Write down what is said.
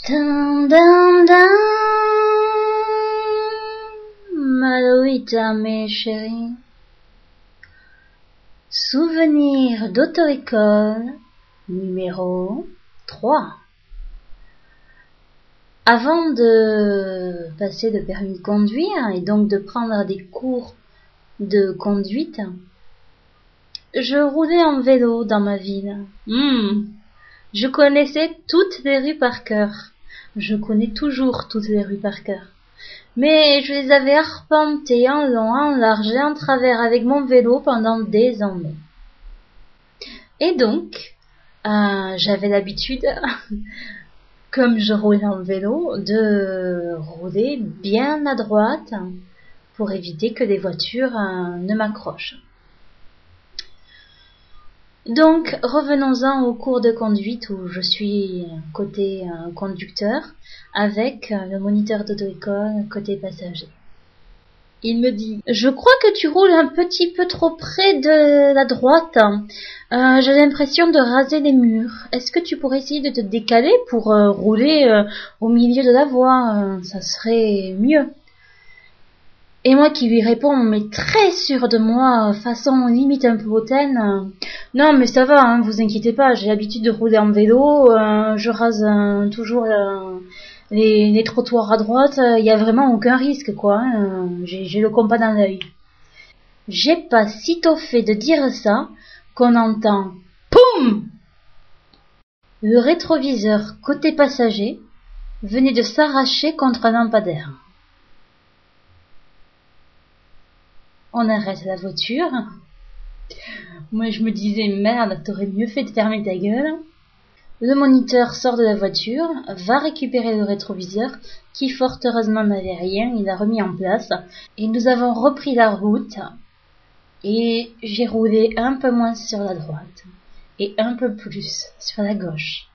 Dun, dun, dun. Maloïta, mes chéris. Souvenir d'auto-école numéro 3. Avant de passer le permis de conduire et donc de prendre des cours de conduite, je roulais en vélo dans ma ville. Je connaissais toutes les rues par cœur. Je connais toujours toutes les rues par cœur. Mais je les avais arpentées en long, en large et en travers avec mon vélo pendant des années. Et donc, j'avais l'habitude, comme je roulais en vélo, de rouler bien à droite pour éviter que les voitures ne m'accrochent. Donc, revenons-en au cours de conduite où je suis côté conducteur avec le moniteur d'auto-école côté passager. Il me dit « Je crois que tu roules un petit peu trop près de la droite. J'ai l'impression de raser les murs. Est-ce que tu pourrais essayer de te décaler pour rouler au milieu de la voie? Ça serait mieux. » Et moi qui lui réponds, mais très sûre de moi, façon limite un peu hautaine, non mais ça va, hein, vous inquiétez pas, j'ai l'habitude de rouler en vélo, je rase toujours les trottoirs à droite, il y a vraiment aucun risque quoi, hein, j'ai le compas dans l'œil. J'ai pas sitôt fait de dire ça qu'on entend POUM! Le rétroviseur côté passager venait de s'arracher contre un lampadaire. On arrête la voiture. Moi, je me disais, merde, t'aurais mieux fait de fermer ta gueule. Le moniteur sort de la voiture, va récupérer le rétroviseur, qui fort heureusement n'avait rien, il l'a remis en place, et nous avons repris la route, et j'ai roulé un peu moins sur la droite, et un peu plus sur la gauche.